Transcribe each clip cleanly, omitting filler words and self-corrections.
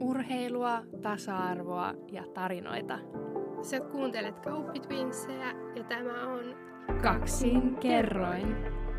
Urheilua, tasa-arvoa ja tarinoita. Sä kuuntelet Kauppitwinsejä ja tämä on Kaksin kerroin.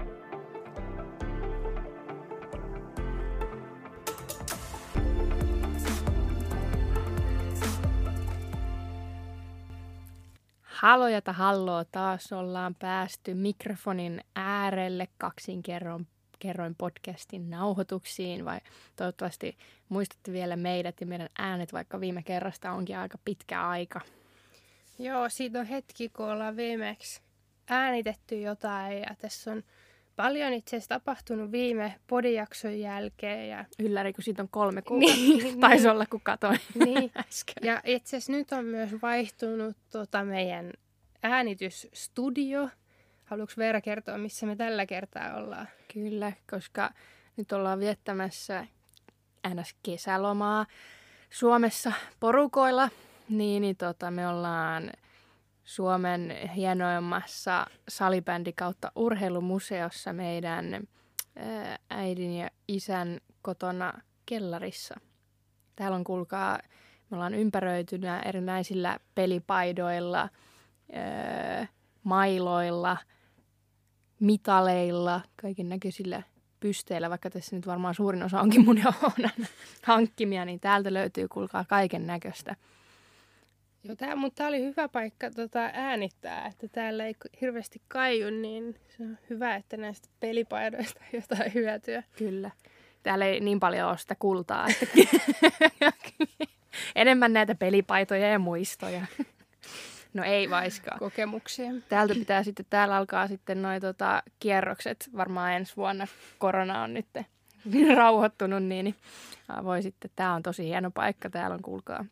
Halojata halloo, taas ollaan päästy mikrofonin äärelle Kaksin kerroin podcastin nauhoituksiin, vai toivottavasti muistatte vielä meidät ja meidän äänet, vaikka viime kerrasta onkin aika pitkä aika. Joo, siitä on hetki, kun ollaan viimeksi äänitetty jotain ja tässä on paljon itse asiassa tapahtunut viime podijakson jälkeen. Ja... Ylläri, kun siitä on 3 kuukautta. Taisi olla, kun katoin niin. äsken. Ja itse asiassa nyt on myös vaihtunut meidän äänitysstudio. Haluatko Veera kertoa, missä me tällä kertaa ollaan? Kyllä, koska nyt ollaan viettämässä NS-kesälomaa Suomessa porukoilla, niin me ollaan Suomen hienoimmassa salibändi kautta urheilumuseossa meidän äidin ja isän kotona kellarissa. Täällä on, kuulkaa, me ollaan ympäröitynä erinäisillä pelipaidoilla, mailoilla, mitaleilla, kaiken näköisillä pysteillä, vaikka tässä nyt varmaan suurin osa onkin mun ja Oonan hankkimia, niin täältä löytyy, kuulkaa, kaiken näköistä. Joo, mutta tämä oli hyvä paikka äänittää, että täällä ei hirveästi kaiju, niin se on hyvä, että näistä pelipaidoista on jotain hyötyä. Kyllä. Täällä ei niin paljon ole sitä kultaa, että enemmän näitä pelipaitoja ja muistoja. No ei vaiskaan. Kokemuksia. Täällä alkaa sitten noi kierrokset. Varmaan ensi vuonna korona on nyt rauhoittunut, niin voi sitten. Tää on tosi hieno paikka. Täällä on, kuulkaa,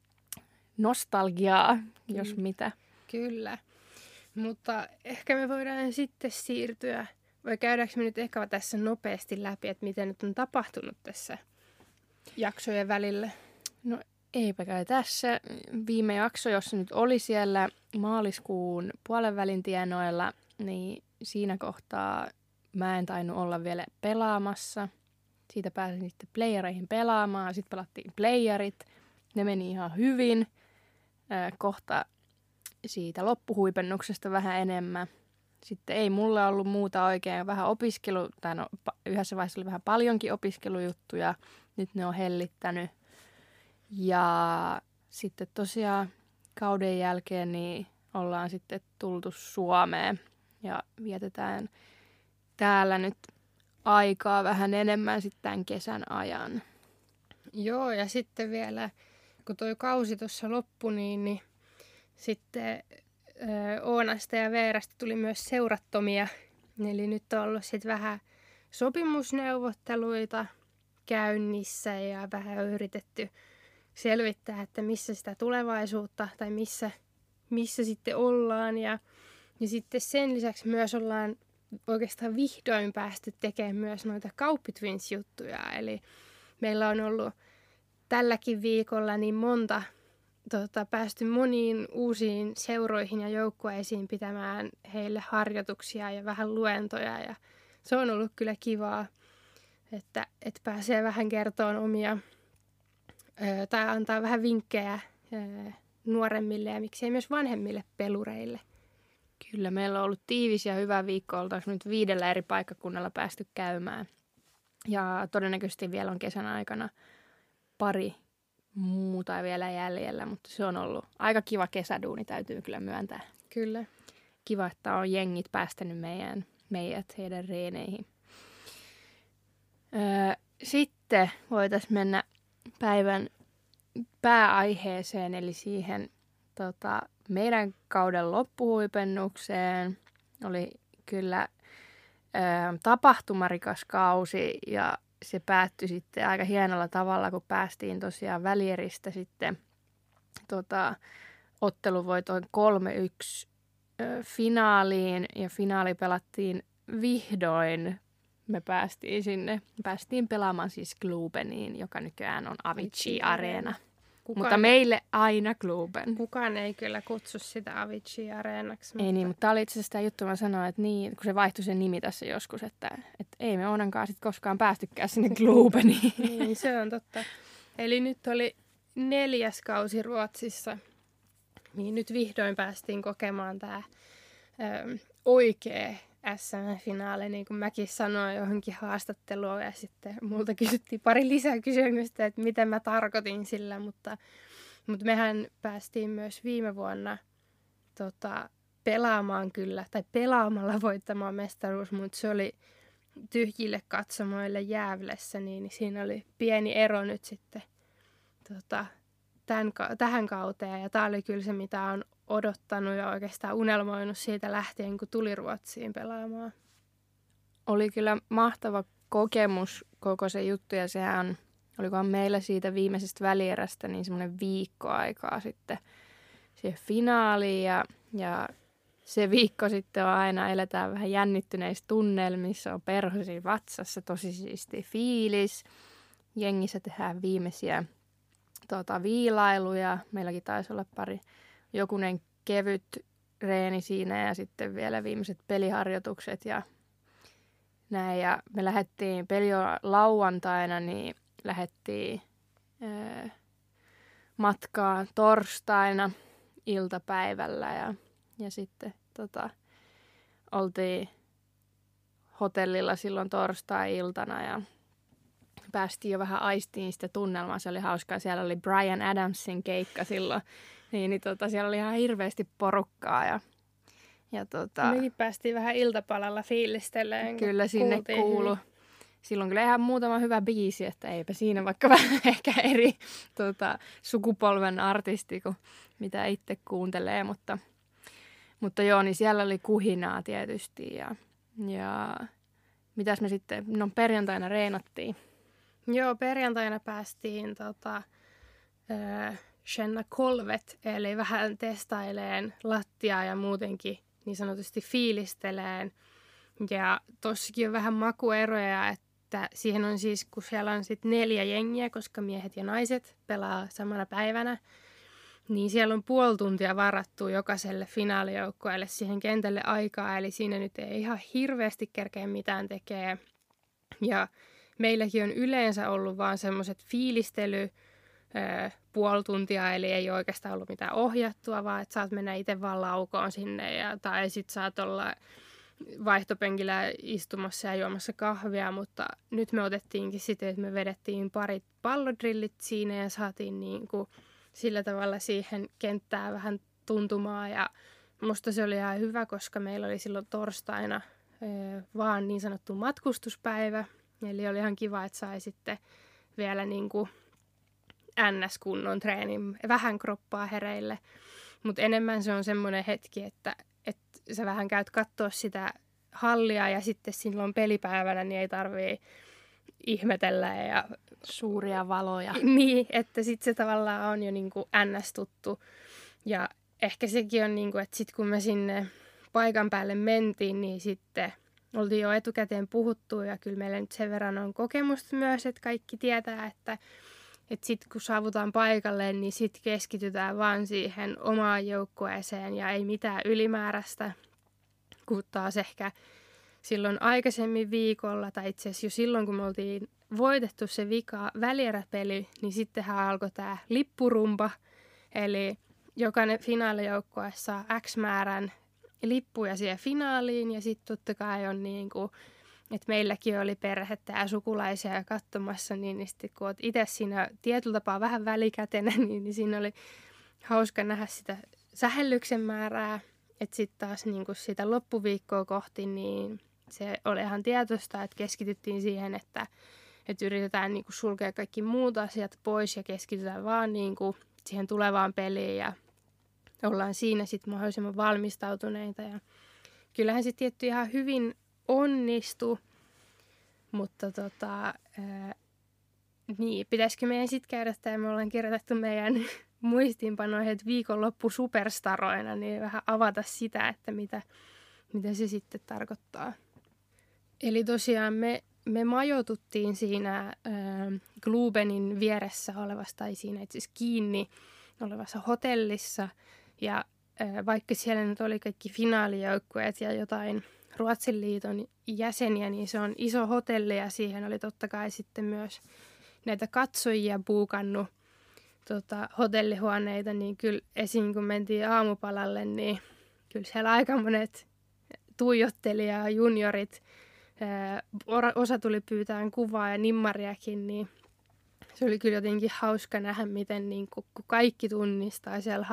nostalgiaa, jos mitä. Kyllä. Mutta ehkä me voidaan sitten siirtyä, vai käydäänkö me nyt ehkä tässä nopeasti läpi, että mitä nyt on tapahtunut tässä jaksojen välillä? No eipä kai tässä. Viime jakso, jossa nyt oli siellä maaliskuun puolenvälin tienoilla, niin siinä kohtaa mä en tainnut olla vielä pelaamassa. Siitä pääsin sitten playereihin pelaamaan. Sitten pelattiin playerit. Ne meni ihan hyvin. Kohta siitä loppuhuipennuksesta vähän enemmän. Sitten ei mulle ollut muuta oikein, vähän opiskelu, tai no yhdessä vaiheessa oli vähän paljonkin opiskelujuttuja. Nyt ne on hellittänyt. Ja sitten tosiaan kauden jälkeen niin ollaan sitten tultu Suomeen ja vietetään täällä nyt aikaa vähän enemmän sitten tämän kesän ajan. Joo, ja sitten vielä, kun toi kausi tuossa loppui, niin sitten Oonasta ja Veerasta tuli myös seurattomia. Eli nyt on ollut sitten vähän sopimusneuvotteluita käynnissä ja vähän on yritetty selvittää, että missä sitä tulevaisuutta tai missä sitten ollaan. Ja sitten sen lisäksi myös ollaan oikeastaan vihdoin päästy tekemään myös noita Kauppitwins-juttuja. Eli meillä on ollut tälläkin viikolla niin monta päästy moniin uusiin seuroihin ja joukkueisiin pitämään heille harjoituksia ja vähän luentoja. Ja se on ollut kyllä kivaa, että pääsee vähän kertomaan omia tai antaa vähän vinkkejä nuoremmille ja miksei myös vanhemmille pelureille. Kyllä, meillä on ollut tiivis ja hyvä viikko. Oltaisiin nyt 5 eri paikkakunnalla päästy käymään. Ja todennäköisesti vielä on kesän aikana pari muuta vielä jäljellä, mutta se on ollut aika kiva kesäduuni, täytyy kyllä myöntää. Kyllä. Kiva, että on jengit päästänyt meidät heidän reeneihin. Sitten voitaisiin mennä päivän pääaiheeseen, eli siihen meidän kauden loppuhuipennukseen. Oli kyllä tapahtumarikas kausi ja se päättyi sitten aika hienolla tavalla, kun päästiin tosiaan välieristä sitten otteluvoitoin 3-1 finaaliin ja finaali pelattiin vihdoin. Me päästiin sinne. Päästiin pelaamaan siis Globeniin, joka nykyään on Avicii Areena. Mutta meille aina Globen. Kukaan ei kyllä kutsu sitä Avicii Areenaksi. Ei niin, mutta tämä oli itse asiassa sitä juttu, mä sanoin, että niin, kun se vaihtui se nimi tässä joskus, että ei me Oonankaan sitten koskaan päästykään sinne Globeniin. Niin, se on totta. Eli nyt oli 4. kausi Ruotsissa. Niin nyt vihdoin päästiin kokemaan tämä oikea SM-finaali, niin kuin mäkin sanoin johonkin haastatteluun. Ja sitten multa kysyttiin pari lisäkysymystä, että mitä mä tarkoitin sillä. Mutta mehän päästiin myös viime vuonna pelaamaan kyllä, tai pelaamalla voittamaan mestaruus, mutta se oli tyhjille katsomoille Gävlessä, niin siinä oli pieni ero nyt sitten tähän kauteen. Ja tämä oli kyllä se, mitä on odottanut ja oikeastaan unelmoinut siitä lähtien, kun tuli Ruotsiin pelaamaan. Oli kyllä mahtava kokemus koko se juttu, ja sehän olikohan meillä siitä viimeisestä välierästä niin semmoinen viikko aikaa sitten siihen finaaliin, ja se viikko sitten on aina, eletään vähän jännittyneissä tunnelmissa, on perhosi vatsassa, tosi siisti fiilis. Jengissä tehdään viimeisiä viilailuja. Meilläkin taisi olla jokunen kevyt reeni siinä ja sitten vielä viimeiset peliharjoitukset ja näin. Ja me lähdettiin lauantaina, niin lähdettiin matkaa torstaina iltapäivällä ja sitten oltiin hotellilla silloin torstai-iltana ja päästiin jo vähän aistiin sitä tunnelmaa. Se oli hauskaa. Siellä oli Bryan Adamsin keikka silloin. Niin siellä oli ihan hirveästi porukkaa. Mekin päästiin vähän iltapalalla fiilistelemään. Kyllä sinne kuului. Silloin kyllä ihan muutama hyvä biisi, että eipä siinä vaikka vähän ehkä eri sukupolven artisti kuin mitä itse kuuntelee. Mutta joo, niin siellä oli kuhinaa tietysti. Ja mitäs me sitten, no perjantaina reenattiin. Joo, perjantaina päästiin Shenna Kolvet, eli vähän testaileen lattiaa ja muutenkin niin sanotusti fiilisteleen. Ja tossakin on vähän makueroja, että siihen on siis, kun siellä on sitten 4 jengiä, koska miehet ja naiset pelaa samana päivänä, niin siellä on puoli tuntia varattu jokaiselle finaalijoukkueelle siihen kentälle aikaa, eli siinä nyt ei ihan hirveästi kerkeä mitään tekee. Ja meilläkin on yleensä ollut vaan semmoiset fiilistely puoli tuntia, eli ei oikeastaan ollut mitään ohjattua, vaan että saat mennä itse vaan laukoon sinne, tai sitten saat olla vaihtopenkillä istumassa ja juomassa kahvia, mutta nyt me otettiinkin sitten, että me vedettiin parit pallodrillit siinä ja saatiin niinku sillä tavalla siihen kenttään vähän tuntumaa, ja musta se oli ihan hyvä, koska meillä oli silloin torstaina vaan niin sanottu matkustuspäivä, eli oli ihan kiva, että sai sitten vielä niinku NS-kunnon treenin, vähän kroppaa hereille, mutta enemmän se on semmoinen hetki, että sä vähän käyt katsoa sitä hallia ja sitten silloin pelipäivänä niin ei tarvii ihmetellä ja suuria valoja. Niin, että sitten se tavallaan on jo niinku NS-tuttu. Ja ehkä sekin on niinku, että sitten kun me sinne paikan päälle mentiin, niin sitten oltiin jo etukäteen puhuttu ja kyllä meillä nyt sen verran on kokemusta myös, että kaikki tietää, että sitten kun saavutaan paikalle, niin sitten keskitytään vaan siihen omaan joukkueeseen ja ei mitään ylimääräistä, kun taas ehkä silloin aikaisemmin viikolla, tai itse asiassa jo silloin, kun me oltiin voitettu se vika välieräpeli, niin sittenhän alkoi tämä lippurumba, eli jokainen finaalijoukkue saa X määrän lippuja siihen finaaliin, ja sitten totta kai on niin kuin, että meilläkin oli perhettä ja sukulaisia katsomassa, niin sitten kun olet itse siinä tietyllä tapaa vähän välikätenä, niin siinä oli hauska nähdä sitä sähellyksen määrää, että sitten taas niin kuin sitä loppuviikkoa kohti, niin se oli ihan tietoista, että keskityttiin siihen, että yritetään niin kuin sulkea kaikki muut asiat pois ja keskitytään vaan niin kuin siihen tulevaan peliin ja ollaan siinä sitten mahdollisimman valmistautuneita. Ja kyllähän se tietty ihan hyvin onnistui, mutta niin, pitäisikö meidän sitten käydä tämä, me ollaan kirjoitettu meidän muistiinpanoihin, että viikonloppu superstaroina, niin vähän avata sitä, että mitä se sitten tarkoittaa. Eli tosiaan me majoituttiin siinä Globenin vieressä olevassa, tai siinä itse asiassa kiinni olevassa hotellissa, ja vaikka siellä nyt oli kaikki finaalijoukkueet ja jotain Ruotsin liiton jäseniä, niin se on iso hotelli, ja siihen oli totta kai sitten myös näitä katsojia buukannut hotellihuoneita, niin kyllä esiin kun mentiin aamupalalle, niin kyllä siellä aika monet tuijotteli ja juniorit, osa tuli pyytämään kuvaa ja nimmariakin, niin se oli kyllä jotenkin hauska nähdä, miten niin kun kaikki tunnistaa siellä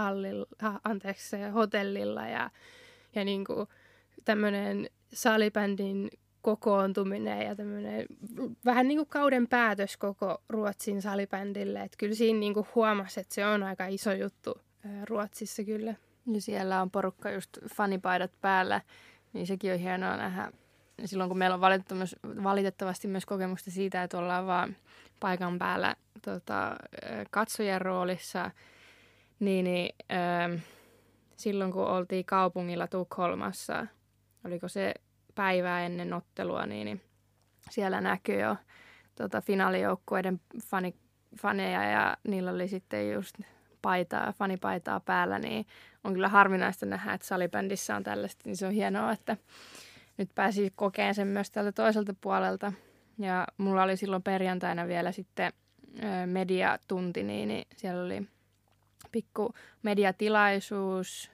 hotellilla ja niin kuin tämmöinen salibändin kokoontuminen ja tämmöinen vähän niin kuin kauden päätös koko Ruotsin salibändille. Että kyllä siinä niin kuin huomasi, että se on aika iso juttu Ruotsissa kyllä. Ja siellä on porukka just fanipaidat päällä, niin sekin on hienoa nähdä. Silloin kun meillä on valitettavasti myös kokemusta siitä, että ollaan vaan paikan päällä katsojan roolissa, niin silloin kun oltiin kaupungilla Tukholmassa, oliko se päivää ennen ottelua, niin siellä näkyi jo finaalijoukkueiden faneja ja niillä oli sitten just fanipaitaa päällä, niin on kyllä harvinaista nähdä, että salibändissä on tällaista, niin se on hienoa, että nyt pääsi kokeen sen myös tältä toiselta puolelta. Ja mulla oli silloin perjantaina vielä sitten mediatunti, niin siellä oli pikku mediatilaisuus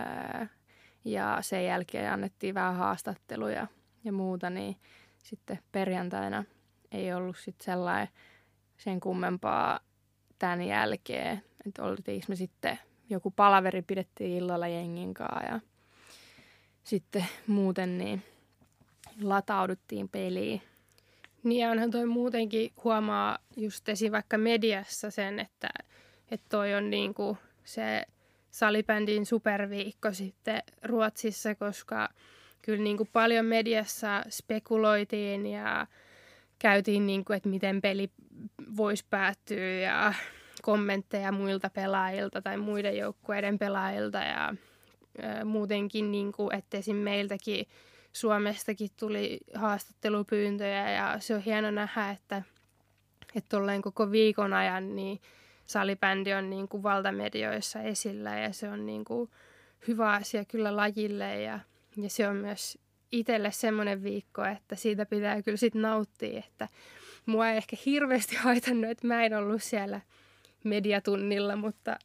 ja sen jälkeen annettiin vähän haastatteluja ja muuta, niin sitten perjantaina ei ollut sitten sellainen sen kummempaa tämän jälkeen, että oltiinko me sitten joku palaveri pidettiin illalla jengin kanssa ja sitten muuten niin latauduttiin peliin. Niin ja onhan toi muutenkin huomaa just esim. Vaikka mediassa sen, että toi on niinku se salibändin superviikko sitten Ruotsissa, koska kyllä niinku paljon mediassa spekuloitiin ja käytiin, niinku, että miten peli voisi päättyä ja kommentteja muilta pelaajilta tai muiden joukkueiden pelaajilta ja muutenkin, niinku, että esim. Meiltäkin Suomestakin tuli haastattelupyyntöjä ja se on hieno nähdä, että tolleen koko viikon ajan niin salibändi on niin kuin valtamedioissa esillä ja se on niin kuin hyvä asia kyllä lajille ja se on myös itselle semmoinen viikko, että siitä pitää kyllä sitten nauttia, että mua ei ehkä hirveästi haitannut, että mä en ollut siellä mediatunnilla, mutta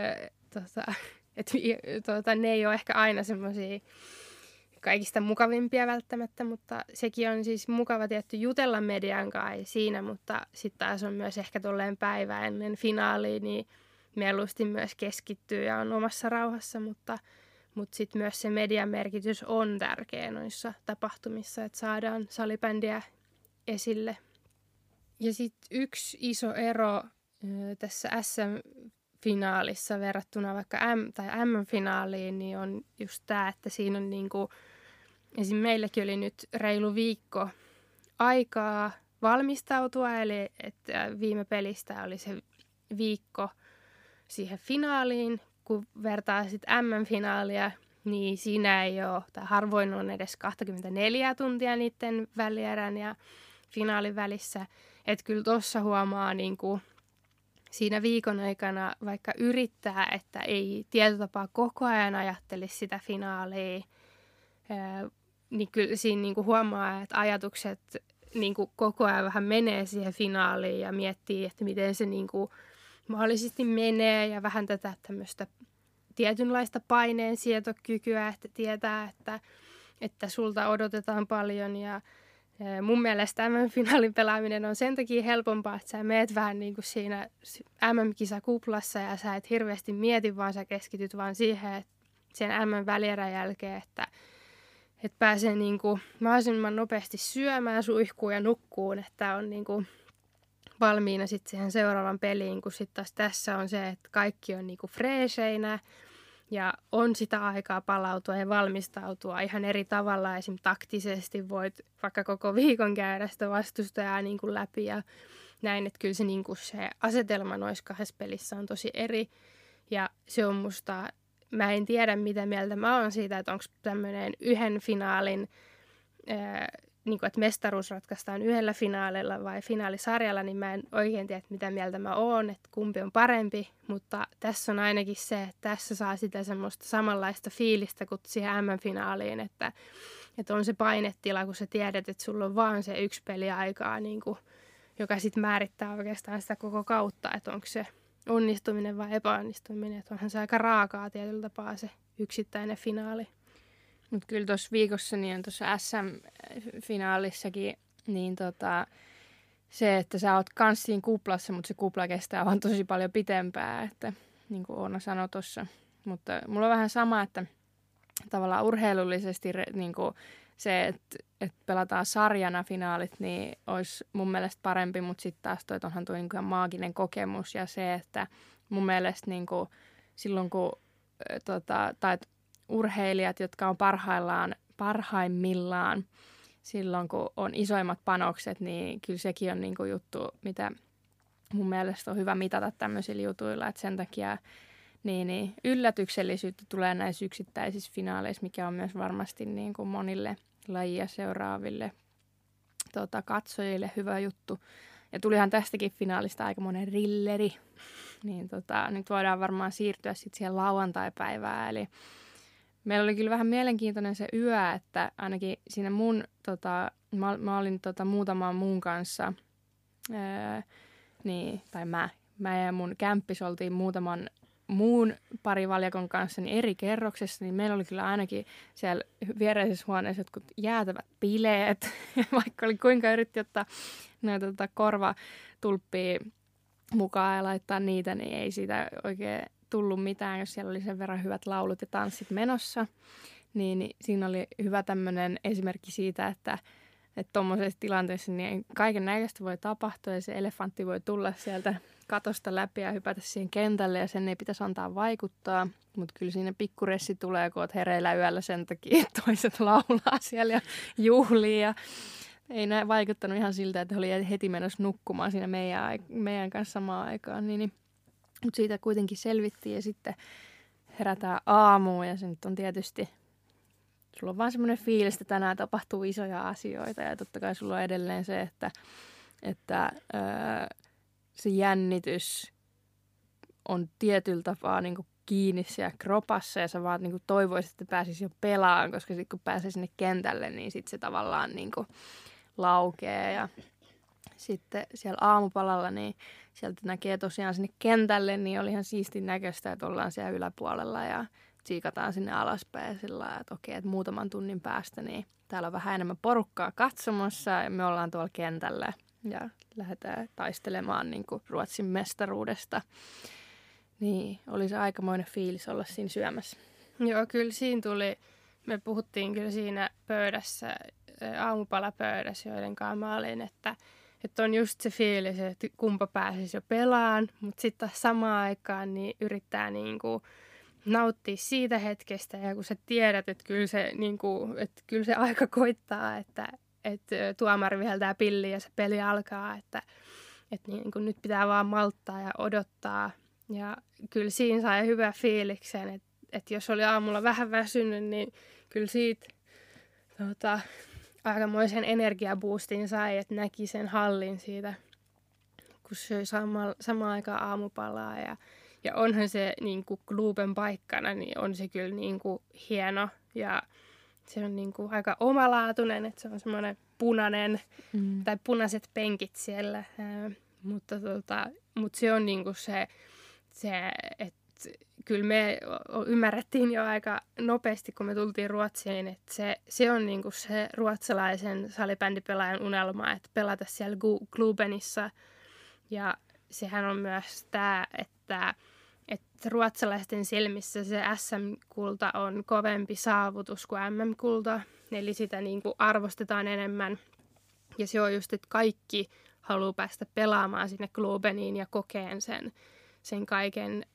ne ei ole ehkä aina semmoisia kaikista mukavimpia välttämättä, mutta sekin on siis mukava tietty jutella median kanssa siinä, mutta sitten taas on myös ehkä tolleen päivä ennen finaalia, niin mieluusti myös keskittyy ja on omassa rauhassa, mutta sitten myös se median merkitys on tärkeä noissa tapahtumissa, että saadaan salibändiä esille. Ja sitten yksi iso ero tässä SM-finaalissa verrattuna vaikka M-finaaliin, niin on just tämä, että siinä on niinku, esim. Meilläkin oli nyt reilu viikko aikaa valmistautua, eli että viime pelistä oli se viikko siihen finaaliin, kun vertaa sitten M-finaalia, niin siinä ei ole, tai harvoin on edes 24 tuntia niiden välierän ja finaalin välissä. Että kyllä tuossa huomaa niinku siinä viikon aikana, vaikka yrittää, että ei tietotapaa koko ajan ajattelisi sitä finaalia, niin kyllä siinä niinku huomaa, että ajatukset niinku koko ajan vähän menee siihen finaaliin ja miettii, että miten se niinku mahdollisesti menee ja vähän tätä tämmöistä tietynlaista paineensietokykyä, että tietää, että sulta odotetaan paljon ja mun mielestä MM-finaalin pelaaminen on sen takia helpompaa, että sä meet vähän niin kuin siinä MM-kisakuplassa ja sä et hirveästi mieti, vaan sä keskityt vaan siihen, että sen MM-välierän jälkeen, että pääsee niin kuin mahdollisimman nopeasti syömään, suihkuun ja nukkuun, että on niin kuin valmiina sitten siihen seuraavan peliin, kun sitten taas tässä on se, että kaikki on niin kuin freesheinä ja on sitä aikaa palautua ja valmistautua ihan eri tavalla. Esim. Taktisesti voit vaikka koko viikon käydä sitä vastustajaa niin kuin läpi ja näin, että kyllä se, niin kuin se asetelma noissa kahdessa pelissä on tosi eri. Ja se on musta, mä en tiedä mitä mieltä mä oon siitä, että onko tämmöinen yhden finaalin, niin kuin, että mestaruus ratkaistaan yhdellä finaalilla vai finaalisarjalla, niin mä en oikein tiedä, mitä mieltä mä oon, että kumpi on parempi, mutta tässä on ainakin se, että tässä saa sitä semmoista samanlaista fiilistä kuin siihen MM-finaaliin, että on se painetila, kun sä tiedät, että sulla on vaan se yksi peli aikaa niin kuin joka sitten määrittää oikeastaan sitä koko kautta, että onko se onnistuminen vai epäonnistuminen. Että onhan se aika raakaa tietyllä tapaa se yksittäinen finaali. Mutta kyllä tuossa viikossa, niin tuossa SM-finaalissakin, niin se, että sä oot kans siinä kuplassa, mutta se kupla kestää vaan tosi paljon pitempään, että niin kuin Oona sanoi tuossa. Mutta mulla on vähän sama, että tavallaan urheilullisesti niin kuin se, että pelataan sarjana finaalit, niin olisi mun mielestä parempi, mutta sitten taas onhan tuo niin kuin maaginen kokemus ja se, että mun mielestä niin kuin silloin kun tai urheilijat, jotka on parhaimmillaan silloin, kun on isoimmat panokset, niin kyllä sekin on niin kuin juttu, mitä mun mielestä on hyvä mitata tämmöisillä jutuilla, että sen takia niin yllätyksellisyyttä tulee näissä yksittäisissä finaaleissa, mikä on myös varmasti niin kuin monille lajia seuraaville katsojille hyvä juttu. Ja tulihan tästäkin finaalista aika monen rilleri, niin nyt voidaan varmaan siirtyä sitten siihen lauantai-päivään, eli meillä oli kyllä vähän mielenkiintoinen se yö, että ainakin siinä mä olin muutaman muun kanssa, mä ja mun kämppis oltiin muutaman muun parivaljakon kanssa niin eri kerroksessa, niin meillä oli kyllä ainakin siellä viereisessä huoneessa jotkut jäätävät bileet, vaikka oli kuinka yritti ottaa näitä korvatulppia mukaan ja laittaa niitä, niin ei siitä oikein tullut mitään, jos siellä oli sen verran hyvät laulut ja tanssit menossa. Niin siinä oli hyvä tämmöinen esimerkki siitä, että tuommoisessa tilanteessa niin kaiken näköistä voi tapahtua ja se elefantti voi tulla sieltä katosta läpi ja hypätä siihen kentälle ja sen ei pitäisi antaa vaikuttaa. Mutta kyllä siinä pikkuressi tulee, kun olet hereillä yöllä sen takia, että toiset laulaa siellä ja juhlii. Ja ei näin vaikuttanut ihan siltä, että he oli heti menossa nukkumaan siinä meidän kanssa samaan aikaan. Mutta siitä kuitenkin selvittiin ja sitten herätään aamuun ja se nyt on tietysti, sulla on vaan semmoinen fiilis, että tänään tapahtuu isoja asioita ja totta kai sulla on edelleen se, että se jännitys on tietyllä tapaa niin kuin kiinni siellä kropassa ja sä vaan niin kuin toivoisit, että pääsisi jo pelaamaan, koska sitten kun pääsee sinne kentälle, niin sitten se tavallaan niin kuin laukee ja sitten siellä aamupalalla, niin sieltä näkee tosiaan sinne kentälle, niin oli ihan siistin näköistä, että ollaan siellä yläpuolella ja tsiikataan sinne alaspäin sillä lailla, että okei, että muutaman tunnin päästä, niin täällä on vähän enemmän porukkaa katsomassa ja me ollaan tuolla kentällä ja lähdetään taistelemaan niin kuin Ruotsin mestaruudesta. Niin, oli se aikamoinen fiilis olla siinä syömässä. Joo, kyllä siinä tuli, me puhuttiin kyllä siinä pöydässä, aamupalapöydässä, joiden kanssa mä olin, että on just se fiilis, että kumpa pääsisi jo pelaan, mutta sitten samaan aikaan niin yrittää niinku nauttia siitä hetkestä ja kun sä tiedät, että kyllä se aika koittaa, että tuomari viheltää pilli ja se peli alkaa, että niinku nyt pitää vaan malttaa ja odottaa. Ja kyllä siinä sai hyvä fiiliksen, että jos oli aamulla vähän väsynyt, niin kyllä siitä aikamoisen energiaboostin sai, että näki sen hallin siitä, kun söi samaan aikaan aamupalaa. Ja onhan se niin kuin Globen paikkana, niin on se kyllä niin kuin hieno ja se on niin kuin aika omalaatuinen, että se on semmoinen punainen tai punaiset penkit siellä. Mutta se on niin kuin se että kyllä me ymmärrettiin jo aika nopeasti, kun me tultiin Ruotsiin, että se on niinku se ruotsalaisen salibändipelaajan unelma, että pelata siellä Globenissa. Ja sehän on myös tämä, että ruotsalaisten silmissä se SM-kulta on kovempi saavutus kuin MM-kulta. Eli sitä niinku arvostetaan enemmän. Ja se on just, että kaikki haluaa päästä pelaamaan sinne Globeniin ja kokeen sen kaiken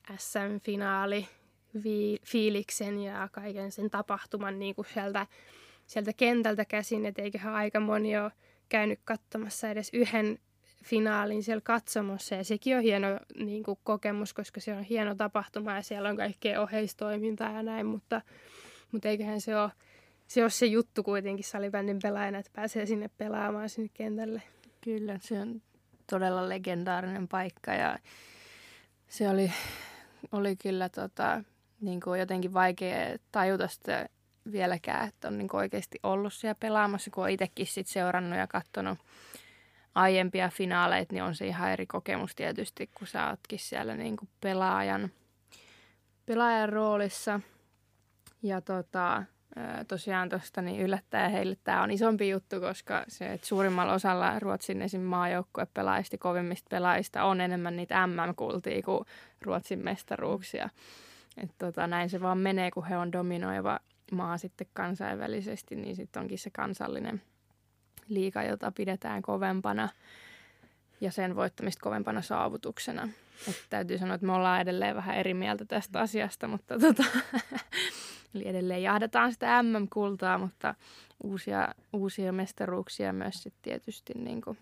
SM-finaali-fiiliksen ja kaiken sen tapahtuman niin kuin sieltä kentältä käsin. Et eiköhän aika moni ole käynyt katsomassa edes yhden finaalin siellä katsomossa. Ja sekin on hieno niin kuin kokemus, koska se on hieno tapahtuma ja siellä on kaikkea oheistoimintaa ja näin. Mutta eiköhän se ole se juttu kuitenkin salibändin pelaajana, että pääsee sinne pelaamaan sinne kentälle. Kyllä, se on todella legendaarinen paikka ja se oli kyllä niin kuin jotenkin vaikea tajuta sitä vieläkään, että on niin kuin oikeasti ollut siellä pelaamassa, kun olen itsekin sit seurannut ja katsonut aiempia finaaleita, niin on se ihan eri kokemus tietysti, kun sä ootkin siellä niin kuin pelaajan roolissa. Ja tosiaan tuosta niin yllättäen heille tämä on isompi juttu, koska se, että suurimmalla osalla Ruotsin esim. Maajoukkuepelaajista, kovimmista pelaajista on enemmän niitä MM-kultia kuin Ruotsin mestaruuksia. Näin se vaan menee, kun he on dominoiva maa sitten kansainvälisesti, niin sitten onkin se kansallinen liiga, jota pidetään kovempana ja sen voittamista kovempana saavutuksena. Että täytyy sanoa, että me ollaan edelleen vähän eri mieltä tästä asiasta, mutta eli edelleen jahdataan sitä MM-kultaa, mutta uusia mestaruuksia myös sitten tietysti niin kuin,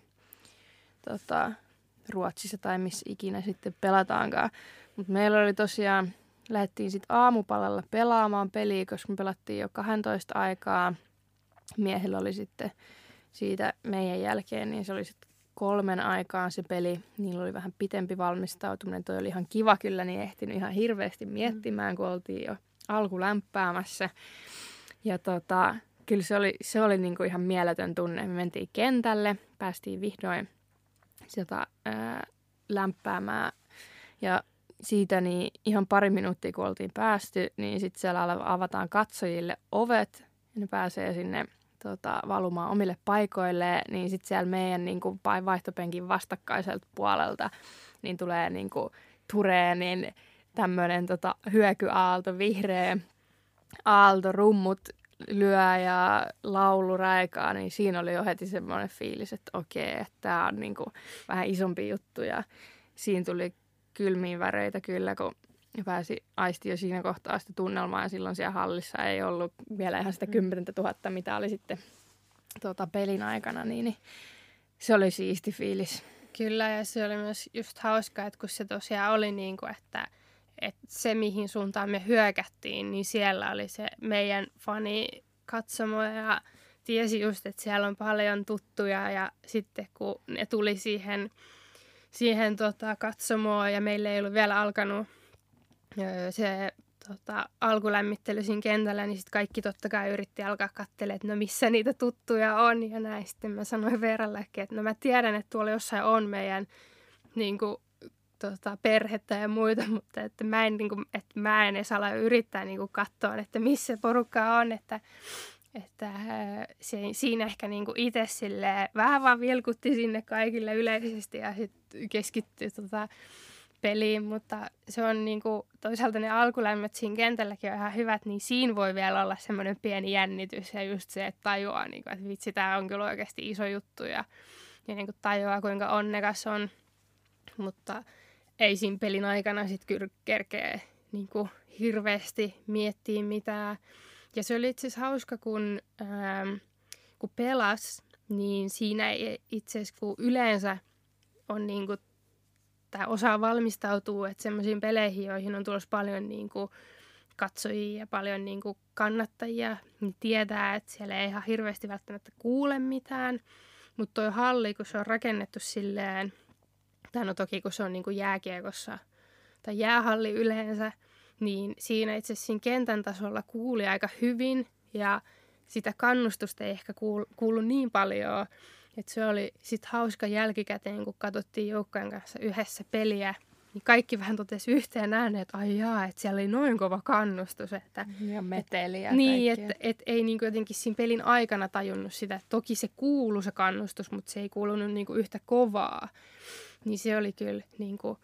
Ruotsissa tai missä ikinä sitten pelataankaan. Mutta meillä oli tosiaan, lähdettiin sitten aamupalalla pelaamaan peliä, koska me pelattiin jo 12 aikaa. Miehellä oli sitten siitä meidän jälkeen, niin se oli sitten 3 aikaan se peli. Niillä oli vähän pitempi valmistautuminen. Toi oli ihan kiva kyllä, niin ehtinyt ihan hirveästi miettimään, kun oltiin jo alkulämpäämässä. Ja kyllä se oli niinku ihan mieletön tunne. Me mentiin kentälle, päästiin vihdoin sieltä lämpäämään. Ja siitä niin ihan pari minuuttia, kun oltiin päästy, niin sitten siellä avataan katsojille ovet. Ja ne pääsee sinne valumaan omille paikoilleen, niin sitten siellä meidän niin kuin vaihtopenkin vastakkaiselta puolelta niin tulee niin kuin Tureenin tämmöinen hyökyaalto, vihreä aalto, rummut lyö ja laulu räikaa, niin siinä oli jo heti semmoinen fiilis, että okei, että tämä on niin kuin vähän isompi juttu ja siinä tuli kylmiä väreitä kyllä, kun pääsi aisti jo siinä kohtaa sitä tunnelmaa ja silloin siellä hallissa ei ollut vielä ihan sitä 10 000, mitä oli sitten pelin aikana, niin se oli siisti fiilis. Kyllä, ja se oli myös just hauskaa, että kun se tosiaan oli niin kuin, että se mihin suuntaan me hyökättiin, niin siellä oli se meidän fanikatsomo ja tiesi just, että siellä on paljon tuttuja ja sitten kun ne tuli siihen katsomoon ja meillä ei ollut vielä alkanut se alkulämmittely siinä kentällä, niin sitten kaikki totta kai yritti alkaa katselemaan, että no missä niitä tuttuja on. Ja näin sitten mä sanoin Veerallekin, että no mä tiedän, että tuolla jossain on meidän niin kuin, perhettä ja muita, mutta että mä en edes ala yrittää niin kuin katsoa, että missä porukka on. Että siinä ehkä niin kuin itse vähän vaan vilkutti sinne kaikille yleisesti ja sitten keskittyi peliin, mutta se on niinku, toisaalta ne alkulämmöt siinä kentälläkin on ihan hyvät, niin siinä voi vielä olla semmoinen pieni jännitys ja just se, että tajuaa, niinku, että vitsi, tämä on kyllä oikeasti iso juttu ja niinku tajuaa, kuinka onnekas on, mutta ei siinä pelin aikana sitten kyllä kerkeä niinku hirveästi miettiä mitään. Ja se oli itse asiassa hauska, kun pelas, niin siinä itse asiassa, kun yleensä on niinku tai osaa valmistautuu, että semmoisiin peleihin, joihin on tulossa paljon niin kuin katsojia ja paljon niin kuin kannattajia, niin tietää, että siellä ei ihan hirveästi välttämättä kuule mitään. Mutta toi halli, kun se on rakennettu silleen, tai no toki kun se on niin kuin jääkiekossa tai jäähalli yleensä, niin siinä itse asiassa siinä kentän tasolla kuuli aika hyvin ja sitä kannustusta ei ehkä kuulu niin paljon. Että se oli sitten hauska jälkikäteen, kun katsottiin joukkojen kanssa yhdessä peliä, niin kaikki vähän totesi yhteen ääneen, että ai jaa, että siellä oli noin kova kannustus. Että, ja meteliä niin, että ei niinku jotenkin siinä pelin aikana tajunnut sitä. Että toki se kuului se kannustus, mutta se ei kuulunut niinku yhtä kovaa. Niin se oli kyllä niinku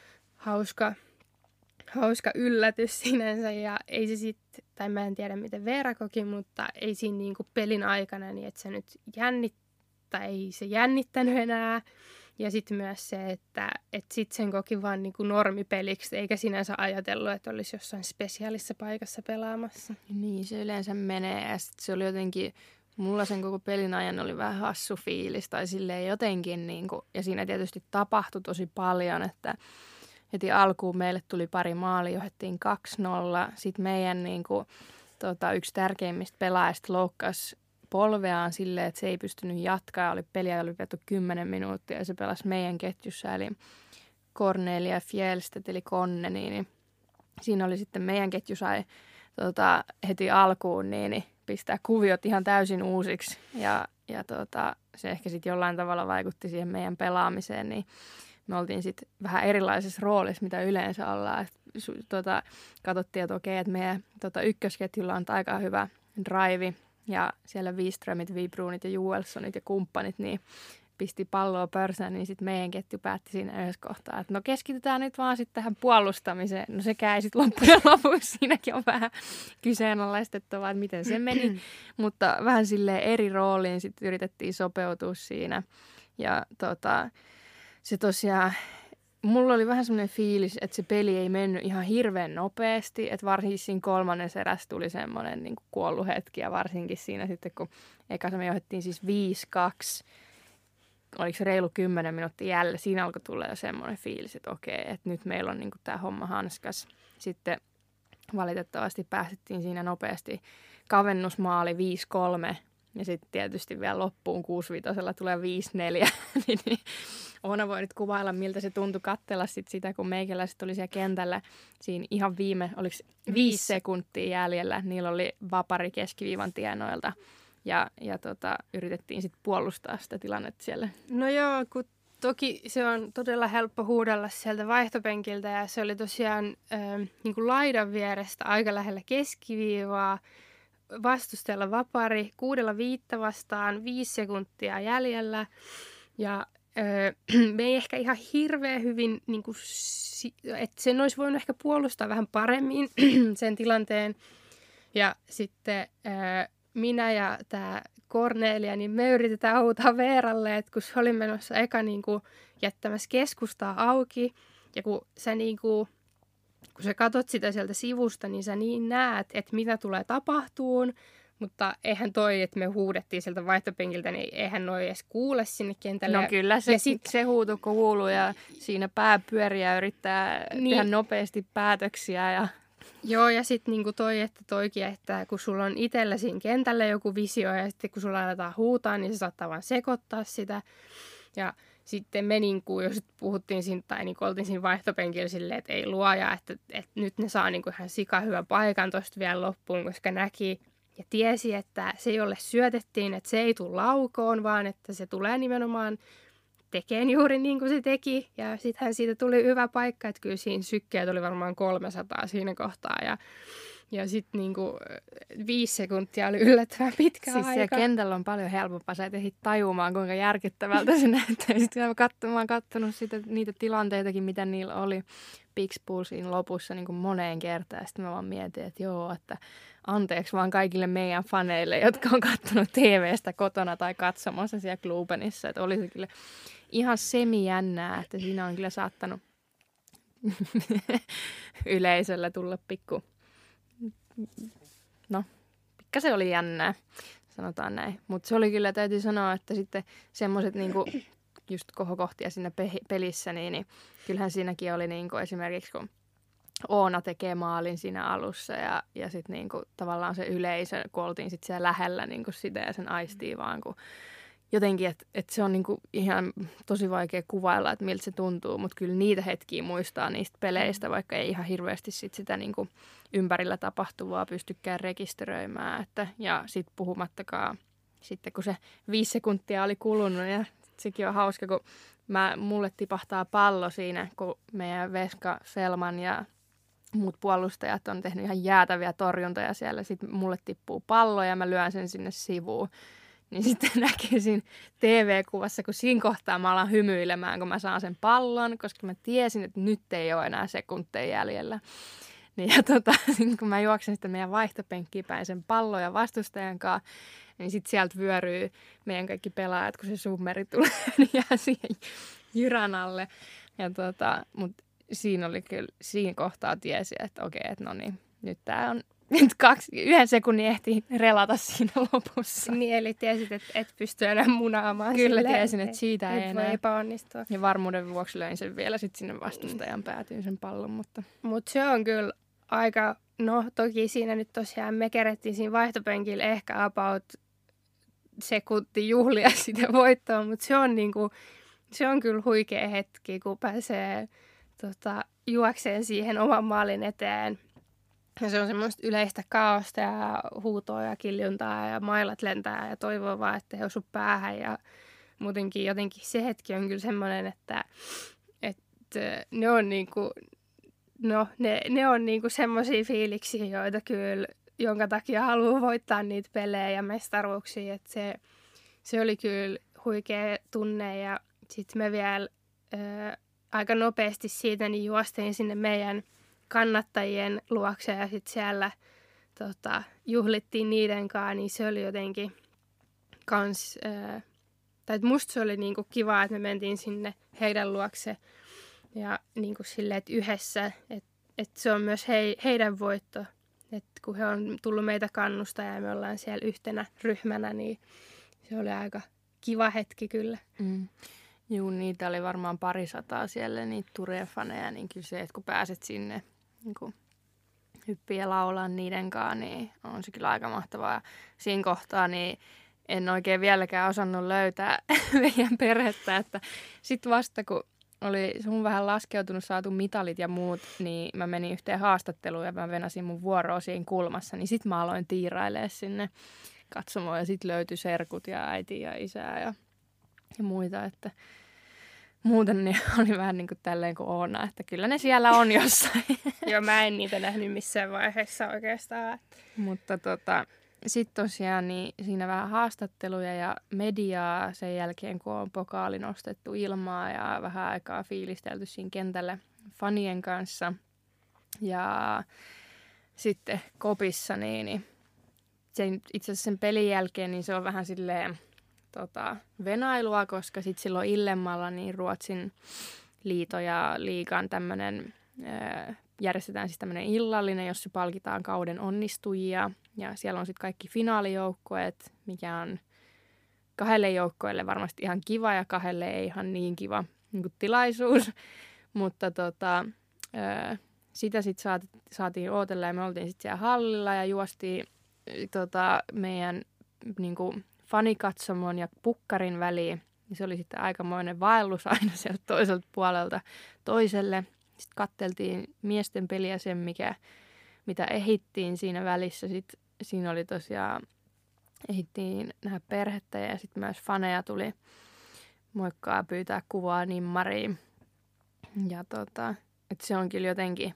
hauska yllätys sinänsä. Ja ei se sitten, tai mä en tiedä miten Veera koki, mutta ei siinä niinku pelin aikana, niin että se nyt ei se jännittänyt enää. Ja sitten myös se, että sitten sen koki vaan niin kuin normipeliksi, eikä sinänsä ajatellut, että olisi jossain spesiaalissa paikassa pelaamassa. Niin, se yleensä menee. Ja sitten se oli jotenkin, mulla sen koko pelin ajan oli vähän hassu fiilis, tai silleen jotenkin, niin kuin, ja siinä tietysti tapahtui tosi paljon, että heti alkuun meille tuli pari maalia, johdettiin 2-0. Sitten meidän niin kuin, yksi tärkeimmistä pelaajista loukkasi polveaan silleen, että se ei pystynyt jatkaa. Peliä oli vetu 10 minuuttia ja se pelasi meidän ketjussa, eli Cornelia Fjellstedt, eli Konne, niin siinä oli sitten meidän ketju sai heti alkuun niin pistää kuviot ihan täysin uusiksi ja se ehkä sitten jollain tavalla vaikutti siihen meidän pelaamiseen, niin me oltiin sitten vähän erilaisessa roolissa, mitä yleensä ollaan. Katsottiin, että okei, että meidän ykkösketjulla on aika hyvä drive, ja siellä Wiströmit, Wibruunit ja Joelssonit ja kumppanit, niin pisti palloa pörsään, niin sitten meidän ketju päätti siinä yhdessä kohtaa, että no keskitytään nyt vaan sitten tähän puolustamiseen. No sekään ei sitten loppujen lopuksi, siinäkin on vähän kyseenalaistettavaa, että miten se meni, mutta vähän silleen eri rooliin sitten yritettiin sopeutua siinä. Ja se tosiaan, mulla oli vähän semmoinen fiilis, että se peli ei mennyt ihan hirveän nopeasti, että varsinkin siinä kolmannessa erässä tuli semmoinen niin kuin kuollut hetki, ja varsinkin siinä sitten, kun eka me johdettiin siis 5-2, oliko se reilu 10 minuuttia jäljellä, siinä alkoi tulla jo semmoinen fiilis, että okei, että nyt meillä on niin kuin tämä homma hanskas. Sitten valitettavasti päästettiin siinä nopeasti kavennusmaali 5-3, ja sitten tietysti vielä loppuun 6-5 tulee 5-4, niin Oona voi nyt kuvailla, miltä se tuntui katsella sitä, kun meikäläiset oli siellä kentällä siinä ihan oliko 5 sekuntia jäljellä. Niillä oli vapari keskiviivan tienoilta ja yritettiin sitten puolustaa sitä tilannetta siellä. No joo, kun toki se on todella helppo huudella sieltä vaihtopenkiltä ja se oli tosiaan niin kuin laidan vierestä aika lähellä keskiviivaa. Vastustajalla vapari 6-5 vastaan, 5 sekuntia jäljellä ja me ei ehkä ihan hirveän hyvin, niin kuin, että sen olisi voinut ehkä puolustaa vähän paremmin sen tilanteen. Ja sitten minä ja tämä Kornelia, niin me yritetään huutaa Veeralle, että kun se oli menossa eka niin kuin, jättämässä keskustaa auki ja kun sä niin kuin, kun sä katot sitä sieltä sivusta, niin sä niin näet, että mitä tulee tapahtuun. Mutta eihän toi, että me huudettiin sieltä vaihtopenkiltä, niin eihän noi edes kuule sinne kentälle. No kyllä se huuto kuuluu ja siinä pää pyörii ja yrittää tehdä nopeasti päätöksiä. Ja joo, ja sitten niinku toikin, että kun sulla on itsellä siinä kentällä joku visio ja sitten kun sulla aletaan huutaa, niin se saattaa vaan sekoittaa sitä. Ja sitten me niinku, jos puhuttiin siinä, tai niinku oltiin siinä vaihtopenkillä silleen, että ei luoja, että nyt ne saa niinku ihan sika hyvän paikan tosta vielä loppuun, koska näki ja tiesi, että se, jolle syötettiin, että se ei tule laukoon, vaan että se tulee nimenomaan tekemään juuri niin kuin se teki. Ja sittenhän siitä tuli hyvä paikka, että kyllä siinä sykkeä tuli varmaan 300 siinä kohtaa. Ja sitten niinku 5 sekuntia oli yllättävän pitkä siis aika. Siis kentällä on paljon helpompaa. Sä et ehdi tajumaan, kuinka järkyttävältä se näyttää. Sitten mä oon katsonut niitä tilanteitakin, mitä niillä oli Pixpool siinä lopussa niin kuin moneen kertaan. Sitten mä vaan mietin, että joo, että anteeksi vaan kaikille meidän faneille, jotka on katsonut TV:stä kotona tai katsomassa siellä Klubenissa. Että oli se kyllä ihan semi-jännää, että siinä on kyllä saattanut yleisöllä tulla pikkasen oli jännää, sanotaan näin. Mutta se oli kyllä, täytyy sanoa, että sitten semmoiset niinku just kohokohtia siinä pelissä, niin kyllähän siinäkin oli niinku esimerkiksi, kun Oona tekee maalin siinä alussa ja sitten niinku tavallaan se yleisö, kun oltiin sitten siellä lähellä niinku sitä ja sen aistii vaan, kun jotenkin, että se on niinku ihan tosi vaikea kuvailla, että miltä se tuntuu, mutta kyllä niitä hetkiä muistaa niistä peleistä, vaikka ei ihan hirveästi sitä niinku ympärillä tapahtuvaa pystykään rekisteröimään. Ja sitten puhumattakaan, sitten kun se 5 sekuntia oli kulunut, ja sekin on hauska, kun mulle tipahtaa pallo siinä, kun meidän Veska, Selman ja muut puolustajat on tehnyt ihan jäätäviä torjuntoja siellä. Sitten mulle tippuu pallo ja mä lyön sen sinne sivuun. Niin sitten näkee siinä TV-kuvassa, kun siinä kohtaa mä alan hymyilemään, kun mä saan sen pallon, koska mä tiesin, että nyt ei ole enää sekunteja jäljellä. Niin kun mä juoksen sitten meidän vaihtopenkkiin päin sen pallon ja vastustajan kanssa, niin sitten sieltä vyöryy meidän kaikki pelaajat, kun se submeri tulee, niin jää siihen jyrän alle. Mutta siinä kohtaa tiesi, että okei, että no niin, nyt tää on... Nyt 1 sekunnin ehti relata siinä lopussa. Niin, eli tiesit, että et pysty enää munaamaan. Kyllä tiesin, että siitä ei enää. Voi epäonnistua. Ja varmuuden vuoksi löin sen vielä sitten sinne vastustajan päätyyn sen pallon. Mutta se on kyllä aika, no toki siinä nyt tosiaan me kerettiin siinä vaihtopenkillä ehkä about sekunti juhlia sitä voittoa, mutta se on kyllä huikea hetki, kun pääsee juokseen siihen oman maalin eteen. Ja se on semmoista yleistä kaaosta ja huutoa ja kiljuntaa ja mailat lentää ja toivoo vaan, että he osu päähän. muutenkin jotenkin se hetki on kyllä semmoinen, että ne on niinku, ne on niinku semmoisia fiiliksiä, joita kyllä, jonka takia haluaa voittaa niitä pelejä ja mestaruuksia, että se oli kyllä huikea tunne ja sitten me vielä aika nopeasti siitä niin juostiin sinne meidän kannattajien luokse ja sitten siellä juhlittiin niiden kanssa, niin se oli jotenkin kans, tai musta se oli niinku kiva, että me mentiin sinne heidän luokse ja niinku silleen, että yhdessä, että se on myös heidän voitto, että kun he on tullut meitä kannustaa ja me ollaan siellä yhtenä ryhmänä, niin se oli aika kiva hetki kyllä. Juu, niitä oli varmaan 200 siellä, niitä Tureen-faneja, niin kyllä se, että kun pääset sinne niin hyppiä ja laulaa niiden kanssa, niin on se kyllä aika mahtavaa. Ja siinä kohtaa niin en oikein vieläkään osannut löytää meidän perhettä, että sitten vasta kun oli sun vähän laskeutunut, saatu mitalit ja muut, niin mä menin yhteen haastatteluun ja mä venasin mun vuoroa siinä kulmassa, niin sitten mä aloin tiirailemaan sinne katsomaan ja sitten löytyi serkut ja äiti ja isää ja muita, että muuten niin oli vähän niin kuin tälleen kuin Oona, että kyllä ne siellä on jossain. Joo, mä en niitä nähnyt missään vaiheessa oikeastaan. Mutta sitten tosiaan niin siinä vähän haastatteluja ja mediaa sen jälkeen, kun on pokaali nostettu ilmaa ja vähän aikaa fiilistelty siinä kentällä fanien kanssa. Ja sitten kopissa, niin itse asiassa sen pelin jälkeen niin se on vähän silleen venailua, koska sitten silloin illemmalla niin Ruotsin liito ja liigan tämmöinen järjestetään siis tämmöinen illallinen, jossa palkitaan kauden onnistujia. Ja siellä on sitten kaikki finaalijoukkueet, mikä on 2 joukkueelle varmasti ihan kiva ja 2 ei ihan niin kiva niin kuin tilaisuus. Mutta sitä sitten saatiin ootella ja me oltiin sitten siellä hallilla ja juostiin meidän niin kuin fanikatsomon ja pukkarin väliin. Ja se oli sitten aikamoinen vaellus aina sieltä toiselta puolelta toiselle. Sitten katteltiin miesten peliä sen, mitä ehittiin siinä välissä. Sitten siinä oli tosiaan, ehittiin nähdä perhettä ja sitten myös faneja tuli moikkaa pyytää kuvaa nimmariin. Ja että se on kyllä jotenkin,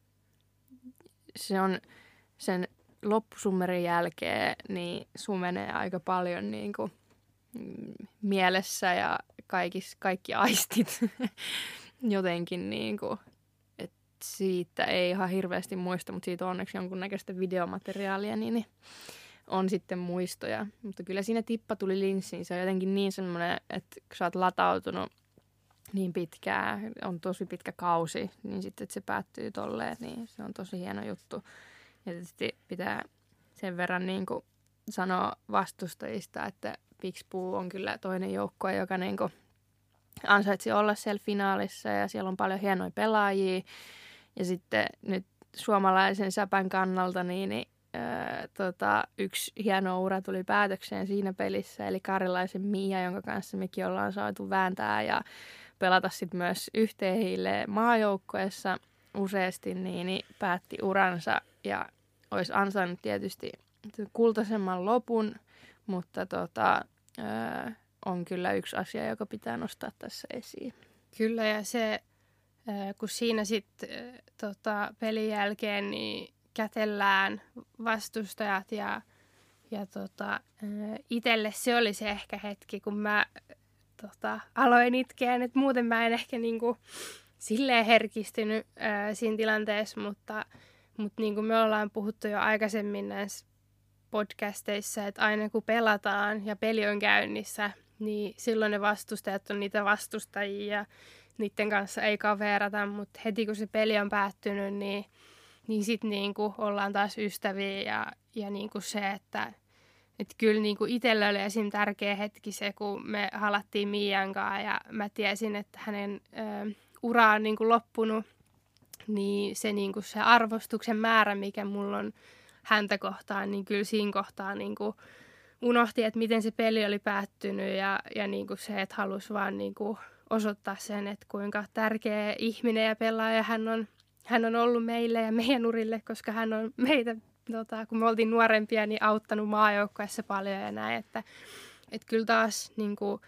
se on sen loppusummerin jälkeen, niin sumenee aika paljon niin kuin mielessä ja kaikki aistit jotenkin niin kuin, että siitä ei ihan hirveästi muista, mutta siitä on onneksi jonkunnäköistä videomateriaalia, niin on sitten muistoja. Mutta kyllä siinä tippa tuli linssiin. Se on jotenkin niin semmoinen, että kun sä oot latautunut niin pitkään, on tosi pitkä kausi, niin sitten että se päättyy tolleen, niin se on tosi hieno juttu. Ja tietysti pitää sen verran niin kuin sanoa vastustajista, että Pixbo on kyllä toinen joukkue, joka niin kuin ansaitsi olla siellä finaalissa ja siellä on paljon hienoja pelaajia. Ja sitten nyt suomalaisen säpän kannalta yksi hieno ura tuli päätökseen siinä pelissä, eli Karilaisen Mia, jonka kanssa mekin ollaan saatu vääntää ja pelata sitten myös yhteen hiileen maajoukkueessa useasti, niin päätti uransa ja olisi ansainnut tietysti kultaisemman lopun, mutta on kyllä yksi asia, joka pitää nostaa tässä esiin. Kyllä, ja se, kun siinä sitten pelin jälkeen niin kätellään vastustajat ja itselle se oli se ehkä hetki, kun mä aloin itkeä, että muuten mä en ehkä niinku silleen herkistynyt siinä tilanteessa, mutta niin kuin me ollaan puhuttu jo aikaisemmin näissä podcasteissa, että aina kun pelataan ja peli on käynnissä, niin silloin ne vastustajat on niitä vastustajia ja niiden kanssa ei kaverata, mutta heti kun se peli on päättynyt, niin sitten niinku ollaan taas ystäviä ja niinku se, että kyllä niinku itsellä oli esim. Tärkeä hetki se, kun me halattiin Mian kanssa ja mä tiesin, että hänen ura on niinku loppunut, niin se, niinku se arvostuksen määrä, mikä mulla on häntä kohtaan, niin kyllä siinä kohtaa niinku unohti, että miten se peli oli päättynyt ja niinku se, että halusi vaan niinku osoittaa sen, että kuinka tärkeä ihminen ja pelaaja hän on ollut meille ja meidän urille, koska hän on meitä, kun me oltiin nuorempia, niin auttanut maajoukkueessa paljon ja näin, että kyllä taas niinku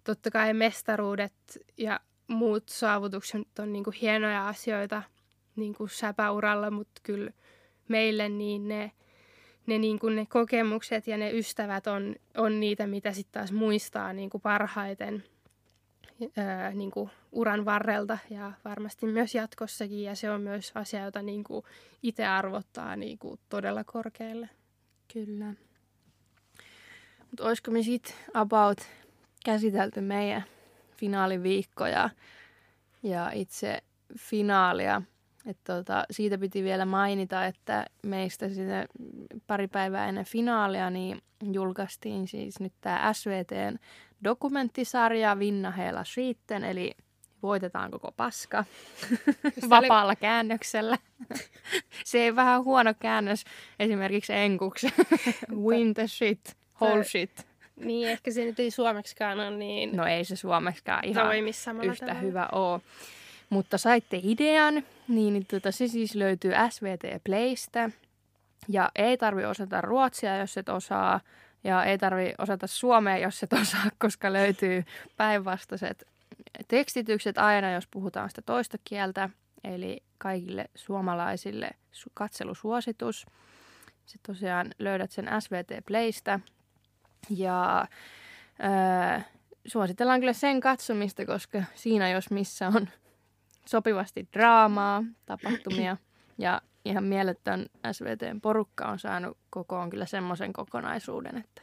totta kai mestaruudet ja muut saavutukset on niinku hienoja asioita niinku säpäuralla, mutta kyllä meille niin ne kokemukset ja ne ystävät on niitä, mitä sitten taas muistaa niinku parhaiten niinku uran varrelta ja varmasti myös jatkossakin. Ja se on myös asia, jota niinku itse arvottaa niinku todella korkealle. Kyllä. Mutta olisiko me sitten about käsitelty meidän finaaliviikkoja ja itse finaalia. Siitä piti vielä mainita, että meistä sitten pari päivää ennen finaalia niin julkaistiin siis nyt tämä SVT:n dokumenttisarja Vinna hela skiten, eli voitetaan koko paska vapaalla käännöksellä. Se ei vähän huono käännös esimerkiksi enkuksi. Win the shit, whole shit. Niin, ehkä se nyt ei suomeksikaan ole niin... No ei se suomeksikaan ihan yhtä tavalla. hyvä ole. Mutta saitte idean, niin se siis löytyy SVT Playstä. Ja ei tarvi osata ruotsia, jos et osaa. Ja ei tarvi osata suomea, jos et osaa, koska löytyy päinvastaiset tekstitykset aina, jos puhutaan sitä toista kieltä. Eli kaikille suomalaisille katselusuositus. Sitten tosiaan löydät sen SVT Playstä. Ja suositellaan kyllä sen katsomista, koska siinä jos missä on sopivasti draamaa, tapahtumia ja ihan mieletön SVT:n porukka on saanut kokoon kyllä semmoisen kokonaisuuden, että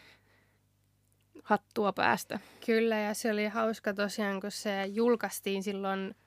hattua päästä. Kyllä, ja se oli hauska tosiaan, kun se julkaistiin silloin,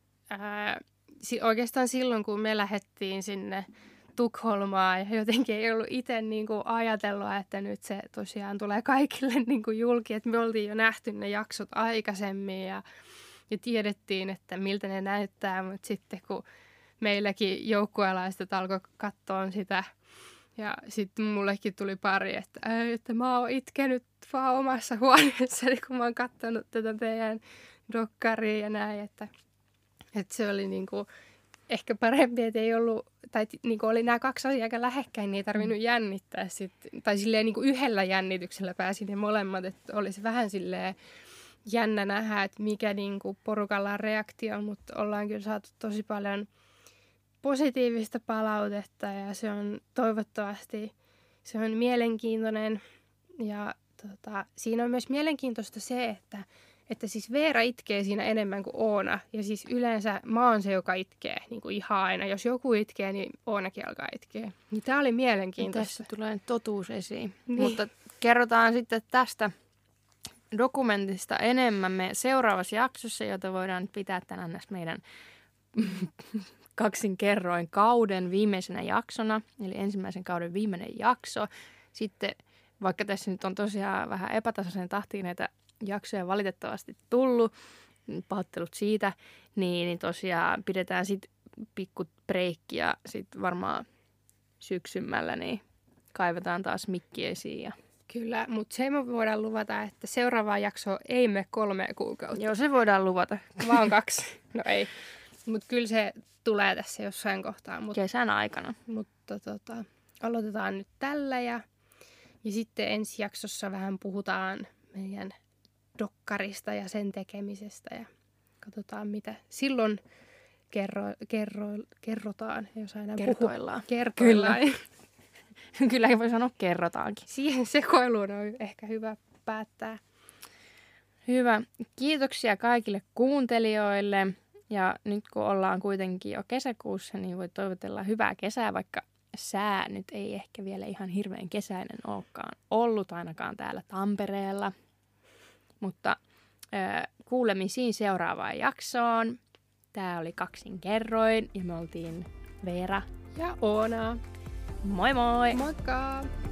oikeastaan silloin, kun me lähdettiin sinne Tukholmaan, ja jotenkin ei ollut itse niinku ajatellut, että nyt se tosiaan tulee kaikille niinku julki, että me oltiin jo nähty ne jaksot aikaisemmin ja tiedettiin, että miltä ne näyttää, mutta sitten kun meilläkin joukkueelaiset alkoi katsoa sitä, ja sitten mullekin tuli pari, että mä oon itkenyt vaan omassa huoneessani, kun mä oon katsonut tätä teidän dokkaria ja näin, että se oli niinku ehkä parempi, että ei ollut, tai niinku oli nämä kaksi asiaa aika lähekkäin, niin ei tarvinnut jännittää sitten, tai silleen niinku yhdellä jännityksellä pääsi ne molemmat, että olisi vähän silleen jännä nähdä, että mikä niinku porukalla on reaktio, mutta ollaan kyllä saatu tosi paljon positiivista palautetta ja se on toivottavasti, se on mielenkiintoinen ja siinä on myös mielenkiintoista se, että siis Veera itkee siinä enemmän kuin Oona ja siis yleensä mä oon se, joka itkee niin kuin ihan aina. Jos joku itkee, niin Oonakin alkaa itkeä. Niin tää oli mielenkiintoista. Tässä tulee totuus esiin. Niin. Mutta kerrotaan sitten tästä dokumentista enemmän me seuraavassa jaksossa, jota voidaan nyt pitää tänään meidän kaksin kerroin kauden viimeisenä jaksona, eli ensimmäisen kauden viimeinen jakso. Sitten, vaikka tässä nyt on tosiaan vähän epätasaisen tahtiin näitä jaksoja valitettavasti tullut, pahoittelut siitä, niin tosiaan pidetään sitten pikku breikki ja sitten varmaan syksymällä niin kaivetaan taas mikki esiin ja Kyllä, mutta se me voidaan luvata, että seuraavaa jaksoa ei mene 3 kuukautta. joo, se voidaan luvata. Vaan 2. No ei. Mutta kyllä se tulee tässä jossain kohtaa. Kesän aikana. Mutta aloitetaan nyt tällä ja sitten ensi jaksossa vähän puhutaan meidän dokkarista ja sen tekemisestä ja katsotaan mitä silloin kerrotaan. Jos aina Kertoillaan. Kertoillaan. Kyllä voi sanoa kerrotaankin. Siihen sekoiluun on ehkä hyvä päättää. Hyvä. Kiitoksia kaikille kuuntelijoille. Ja nyt kun ollaan kuitenkin jo kesäkuussa, niin voi toivotella hyvää kesää, vaikka sää nyt ei ehkä vielä ihan hirveän kesäinen olekaan ollut, ainakaan täällä Tampereella. Mutta kuulemisiin seuraavaan jaksoon. Tää oli kaksin kerroin ja me oltiin Veera ja Oona. Moi moi! Moikka!